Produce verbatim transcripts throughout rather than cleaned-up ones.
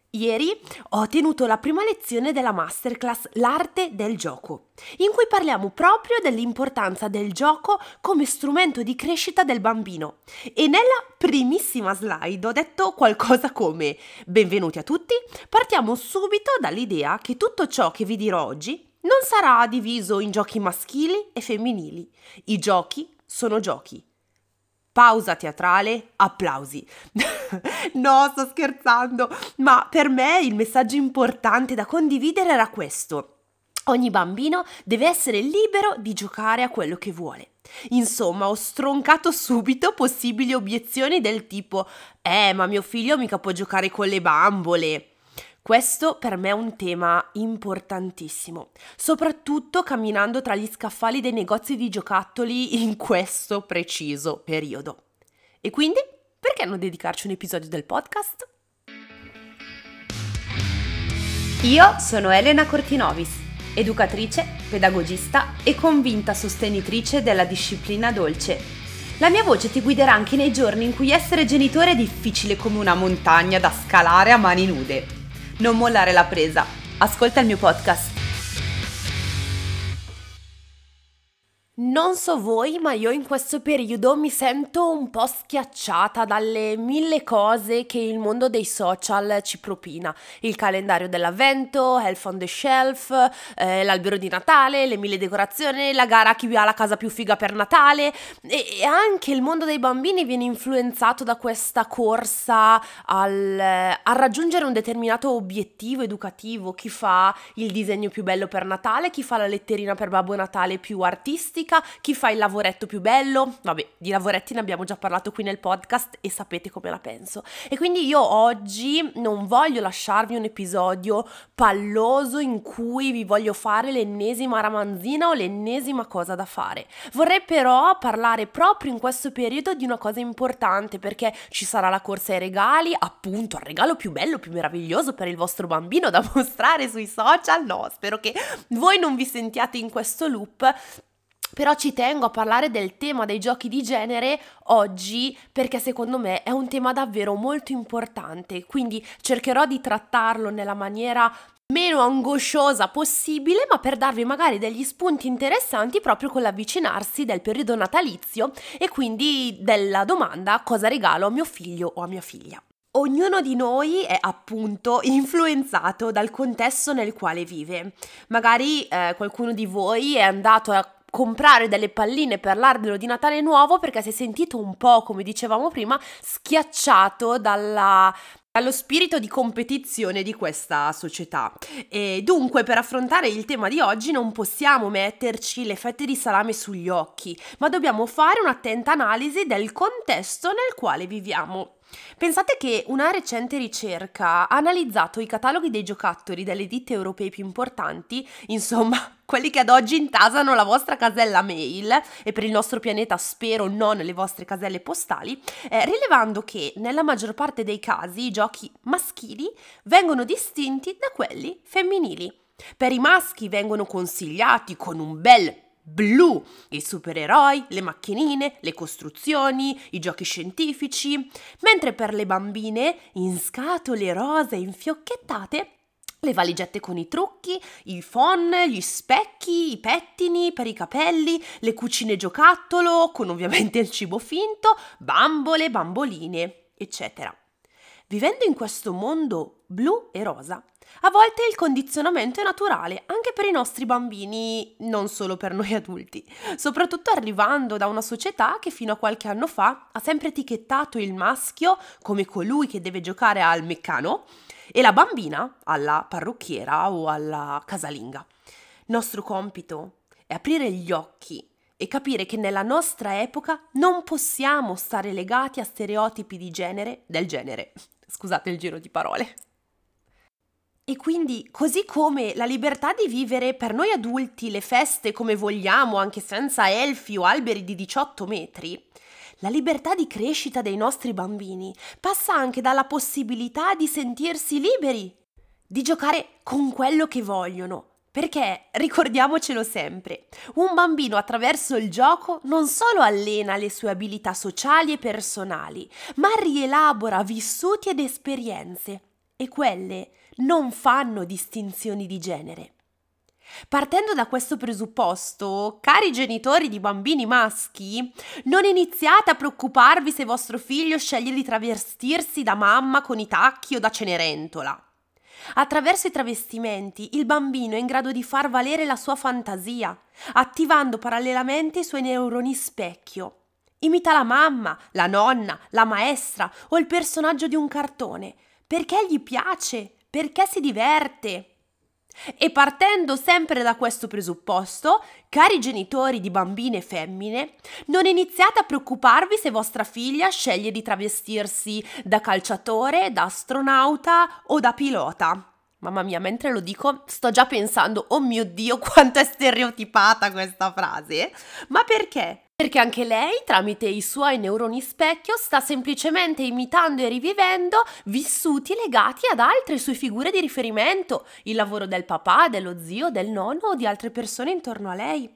Ieri ho tenuto la prima lezione della masterclass L'arte del gioco, in cui parliamo proprio dell'importanza del gioco come strumento di crescita del bambino. E nella primissima slide ho detto qualcosa come: benvenuti a tutti, partiamo subito dall'idea che tutto ciò che vi dirò oggi non sarà diviso in giochi maschili e femminili. I giochi sono giochi. Pausa teatrale, applausi. No, sto scherzando, ma per me il messaggio importante da condividere era questo. Ogni bambino deve essere libero di giocare a quello che vuole. Insomma, ho stroncato subito possibili obiezioni del tipo: eh, ma mio figlio mica può giocare con le bambole. Questo per me è un tema importantissimo, soprattutto camminando tra gli scaffali dei negozi di giocattoli in questo preciso periodo. E quindi, perché non dedicarci un episodio del podcast? Io sono Elena Cortinovis, educatrice, pedagogista e convinta sostenitrice della disciplina dolce. La mia voce ti guiderà anche nei giorni in cui essere genitore è difficile come una montagna da scalare a mani nude. Non mollare la presa. Ascolta il mio podcast. Non so voi, ma io in questo periodo mi sento un po' schiacciata dalle mille cose che il mondo dei social ci propina. Il calendario dell'avvento, Elf on the Shelf, eh, l'albero di Natale, le mille decorazioni, la gara a chi ha la casa più figa per Natale, e, e anche il mondo dei bambini viene influenzato da questa corsa al, a raggiungere un determinato obiettivo educativo. Chi fa il disegno più bello per Natale, chi fa la letterina per Babbo Natale più artistica, chi fa il lavoretto più bello. Vabbè, di lavoretti ne abbiamo già parlato qui nel podcast e sapete come la penso. E quindi io oggi non voglio lasciarvi un episodio palloso in cui vi voglio fare l'ennesima ramanzina o l'ennesima cosa da fare. Vorrei però parlare proprio in questo periodo di una cosa importante, perché ci sarà la corsa ai regali, appunto al regalo più bello, più meraviglioso per il vostro bambino da mostrare sui social. No, spero che voi non vi sentiate in questo loop. Però ci tengo a parlare del tema dei giochi di genere oggi perché secondo me è un tema davvero molto importante, quindi cercherò di trattarlo nella maniera meno angosciosa possibile, ma per darvi magari degli spunti interessanti proprio con l'avvicinarsi del periodo natalizio e quindi della domanda: cosa regalo a mio figlio o a mia figlia? Ognuno di noi è appunto influenzato dal contesto nel quale vive. Magari eh, qualcuno di voi è andato a comprare delle palline per l'albero di Natale nuovo perché si è sentito un po', come dicevamo prima, schiacciato dalla, dallo spirito di competizione di questa società. E dunque, per affrontare il tema di oggi non possiamo metterci le fette di salame sugli occhi, ma dobbiamo fare un'attenta analisi del contesto nel quale viviamo. Pensate che una recente ricerca ha analizzato i cataloghi dei giocattoli delle ditte europee più importanti, insomma quelli che ad oggi intasano la vostra casella mail e per il nostro pianeta spero non le vostre caselle postali, eh, rilevando che nella maggior parte dei casi i giochi maschili vengono distinti da quelli femminili. Per i maschi vengono consigliati con un bel blu i supereroi, le macchinine, le costruzioni, i giochi scientifici, mentre per le bambine in scatole rosa infiocchettate le valigette con i trucchi, i phon, gli specchi, i pettini per i capelli, le cucine giocattolo con ovviamente il cibo finto, bambole, bamboline, eccetera. Vivendo in questo mondo blu e rosa, a volte il condizionamento è naturale anche per i nostri bambini, non solo per noi adulti, soprattutto arrivando da una società che fino a qualche anno fa ha sempre etichettato il maschio come colui che deve giocare al meccano e la bambina alla parrucchiera o alla casalinga. Nostro compito è aprire gli occhi e capire che nella nostra epoca non possiamo stare legati a stereotipi di genere del genere. Scusate il giro di parole. E quindi, così come la libertà di vivere per noi adulti le feste come vogliamo, anche senza elfi o alberi di diciotto metri, la libertà di crescita dei nostri bambini passa anche dalla possibilità di sentirsi liberi, di giocare con quello che vogliono. Perché, ricordiamocelo sempre, un bambino attraverso il gioco non solo allena le sue abilità sociali e personali, ma rielabora vissuti ed esperienze. e quelle non fanno distinzioni di genere. Partendo da questo presupposto, cari genitori di bambini maschi, non iniziate a preoccuparvi se vostro figlio sceglie di travestirsi da mamma con i tacchi o da Cenerentola. Attraverso i travestimenti, il bambino è in grado di far valere la sua fantasia, attivando parallelamente i suoi neuroni specchio. Imita la mamma, la nonna, la maestra o il personaggio di un cartone, perché gli piace, perché si diverte. E partendo sempre da questo presupposto, cari genitori di bambine femmine, non iniziate a preoccuparvi se vostra figlia sceglie di travestirsi da calciatore, da astronauta o da pilota. Mamma mia, mentre lo dico sto già pensando, oh mio Dio, quanto è stereotipata questa frase. Ma perché? Perché anche lei, tramite i suoi neuroni specchio, sta semplicemente imitando e rivivendo vissuti legati ad altre sue figure di riferimento, il lavoro del papà, dello zio, del nonno o di altre persone intorno a lei.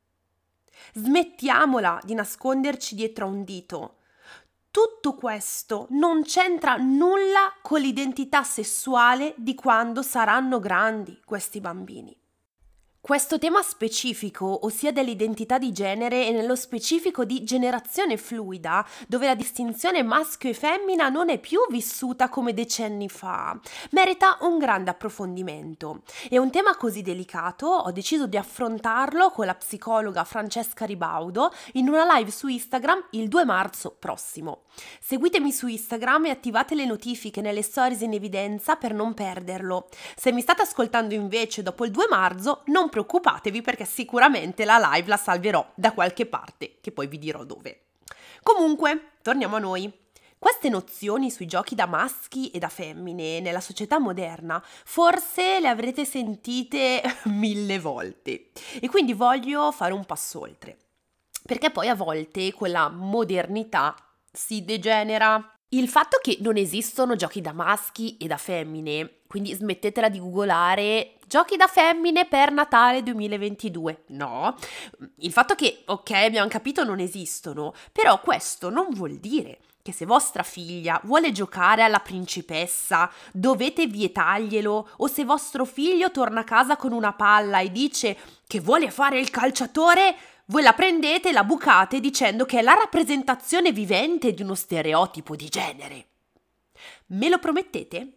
Smettiamola di nasconderci dietro a un dito. Tutto questo non c'entra nulla con l'identità sessuale di quando saranno grandi questi bambini. Questo tema specifico, ossia dell'identità di genere e nello specifico di generazione fluida, dove la distinzione maschio e femmina non è più vissuta come decenni fa, merita un grande approfondimento. E un tema così delicato ho deciso di affrontarlo con la psicologa Francesca Ribaudo in una live su Instagram il due marzo prossimo. Seguitemi su Instagram e attivate le notifiche nelle stories in evidenza per non perderlo. Se mi state ascoltando invece dopo il due marzo, non preoccupatevi perché sicuramente la live la salverò da qualche parte, che poi vi dirò dove. Comunque, torniamo a noi. Queste nozioni sui giochi da maschi e da femmine nella società moderna forse le avrete sentite mille volte e quindi voglio fare un passo oltre, perché poi a volte quella modernità si degenera. Il fatto che non esistono giochi da maschi e da femmine, quindi smettetela di googolare giochi da femmine per Natale duemilaventidue, no. Il fatto che, ok, abbiamo capito, non esistono, però questo non vuol dire che se vostra figlia vuole giocare alla principessa dovete vietarglielo, o se vostro figlio torna a casa con una palla e dice che vuole fare il calciatore, voi la prendete e la bucate dicendo che è la rappresentazione vivente di uno stereotipo di genere. Me lo promettete?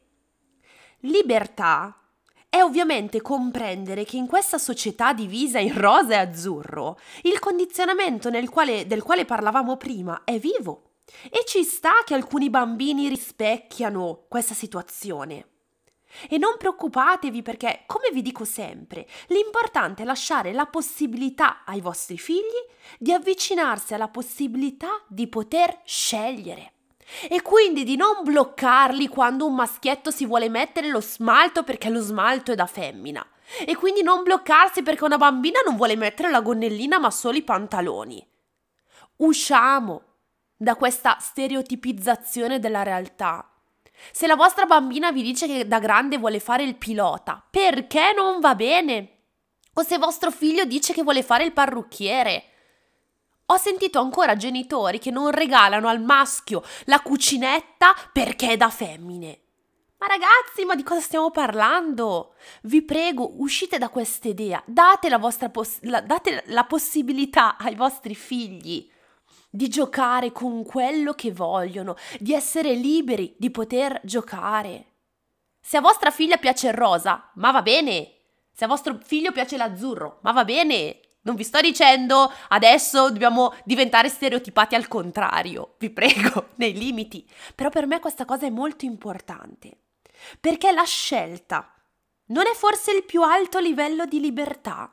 Libertà è ovviamente comprendere che in questa società divisa in rosa e azzurro, il condizionamento nel quale, del quale parlavamo prima è vivo e ci sta che alcuni bambini rispecchiano questa situazione. E non preoccupatevi perché, come vi dico sempre, l'importante è lasciare la possibilità ai vostri figli di avvicinarsi alla possibilità di poter scegliere. E quindi di non bloccarli quando un maschietto si vuole mettere lo smalto perché lo smalto è da femmina. E quindi non bloccarsi perché una bambina non vuole mettere la gonnellina ma solo i pantaloni. Usciamo da questa stereotipizzazione della realtà. Se la vostra bambina vi dice che da grande vuole fare il pilota, perché non va bene? O se vostro figlio dice che vuole fare il parrucchiere. Ho sentito ancora genitori che non regalano al maschio la cucinetta perché è da femmine. Ma ragazzi, ma di cosa stiamo parlando? Vi prego, uscite da questa idea, date la vostra poss- la, date la possibilità ai vostri figli di giocare con quello che vogliono, di essere liberi di poter giocare. Se a vostra figlia piace il rosa, ma va bene. Se a vostro figlio piace l'azzurro, ma va bene. Non vi sto dicendo adesso dobbiamo diventare stereotipati al contrario, vi prego, nei limiti. Però per me questa cosa è molto importante, perché la scelta non è forse il più alto livello di libertà?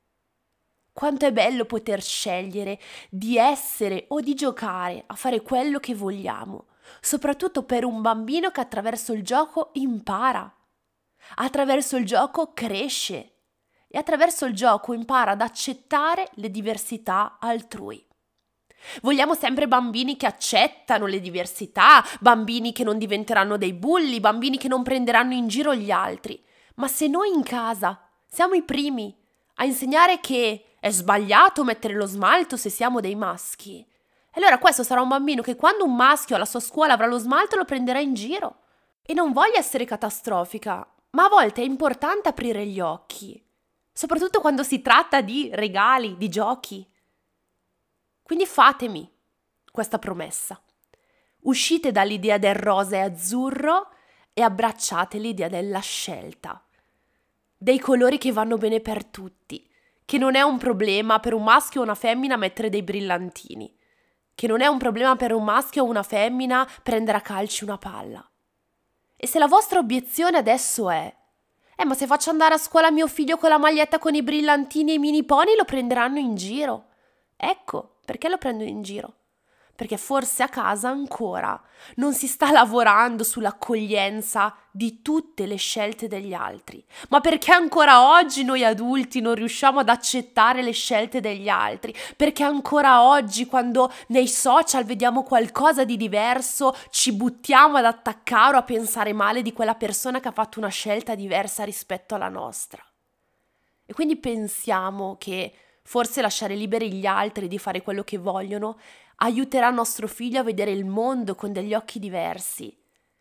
Quanto è bello poter scegliere di essere o di giocare a fare quello che vogliamo, soprattutto per un bambino che attraverso il gioco impara, attraverso il gioco cresce e attraverso il gioco impara ad accettare le diversità altrui. Vogliamo sempre bambini che accettano le diversità, bambini che non diventeranno dei bulli, bambini che non prenderanno in giro gli altri. Ma se noi in casa siamo i primi a insegnare che è sbagliato mettere lo smalto se siamo dei maschi, allora questo sarà un bambino che quando un maschio alla sua scuola avrà lo smalto lo prenderà in giro. E non voglio essere catastrofica, ma a volte è importante aprire gli occhi, soprattutto quando si tratta di regali, di giochi. Quindi fatemi questa promessa. Uscite dall'idea del rosa e azzurro e abbracciate l'idea della scelta, dei colori che vanno bene per tutti, che non è un problema per un maschio o una femmina mettere dei brillantini, che non è un problema per un maschio o una femmina prendere a calci una palla. E se la vostra obiezione adesso è Eh, ma se faccio andare a scuola mio figlio con la maglietta con i brillantini e i mini pony lo prenderanno in giro. Ecco, perché lo prendo in giro? Perché forse a casa ancora non si sta lavorando sull'accoglienza di tutte le scelte degli altri, ma perché ancora oggi noi adulti non riusciamo ad accettare le scelte degli altri, perché ancora oggi quando nei social vediamo qualcosa di diverso ci buttiamo ad attaccare o a pensare male di quella persona che ha fatto una scelta diversa rispetto alla nostra. E quindi pensiamo che forse lasciare liberi gli altri di fare quello che vogliono aiuterà nostro figlio a vedere il mondo con degli occhi diversi.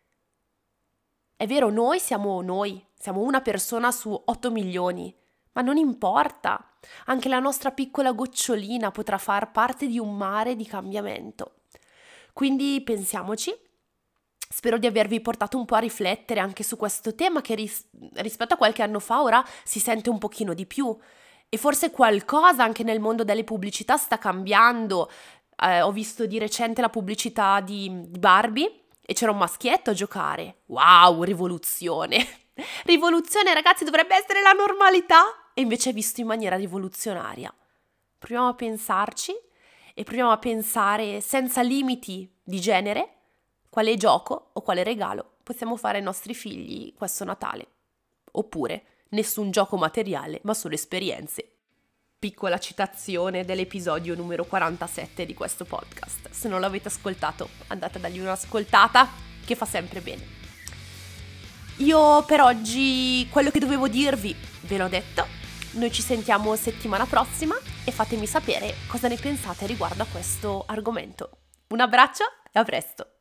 È vero, noi siamo noi, siamo una persona su otto milioni, ma non importa, anche la nostra piccola gocciolina potrà far parte di un mare di cambiamento. Quindi pensiamoci, spero di avervi portato un po' a riflettere anche su questo tema che ris- rispetto a qualche anno fa ora si sente un pochino di più. E forse qualcosa anche nel mondo delle pubblicità sta cambiando. Eh, ho visto di recente la pubblicità di, di Barbie e c'era un maschietto a giocare. Wow, rivoluzione! Rivoluzione, ragazzi, dovrebbe essere la normalità e invece è visto in maniera rivoluzionaria. Proviamo a pensarci e proviamo a pensare senza limiti di genere quale gioco o quale regalo possiamo fare ai nostri figli questo Natale. Oppure nessun gioco materiale, ma solo esperienze. Piccola citazione dell'episodio numero quarantasette di questo podcast. Se non l'avete ascoltato, andate a dargli un'ascoltata, che fa sempre bene. Io per oggi quello che dovevo dirvi ve l'ho detto. Noi ci sentiamo settimana prossima e fatemi sapere cosa ne pensate riguardo a questo argomento. Un abbraccio e a presto!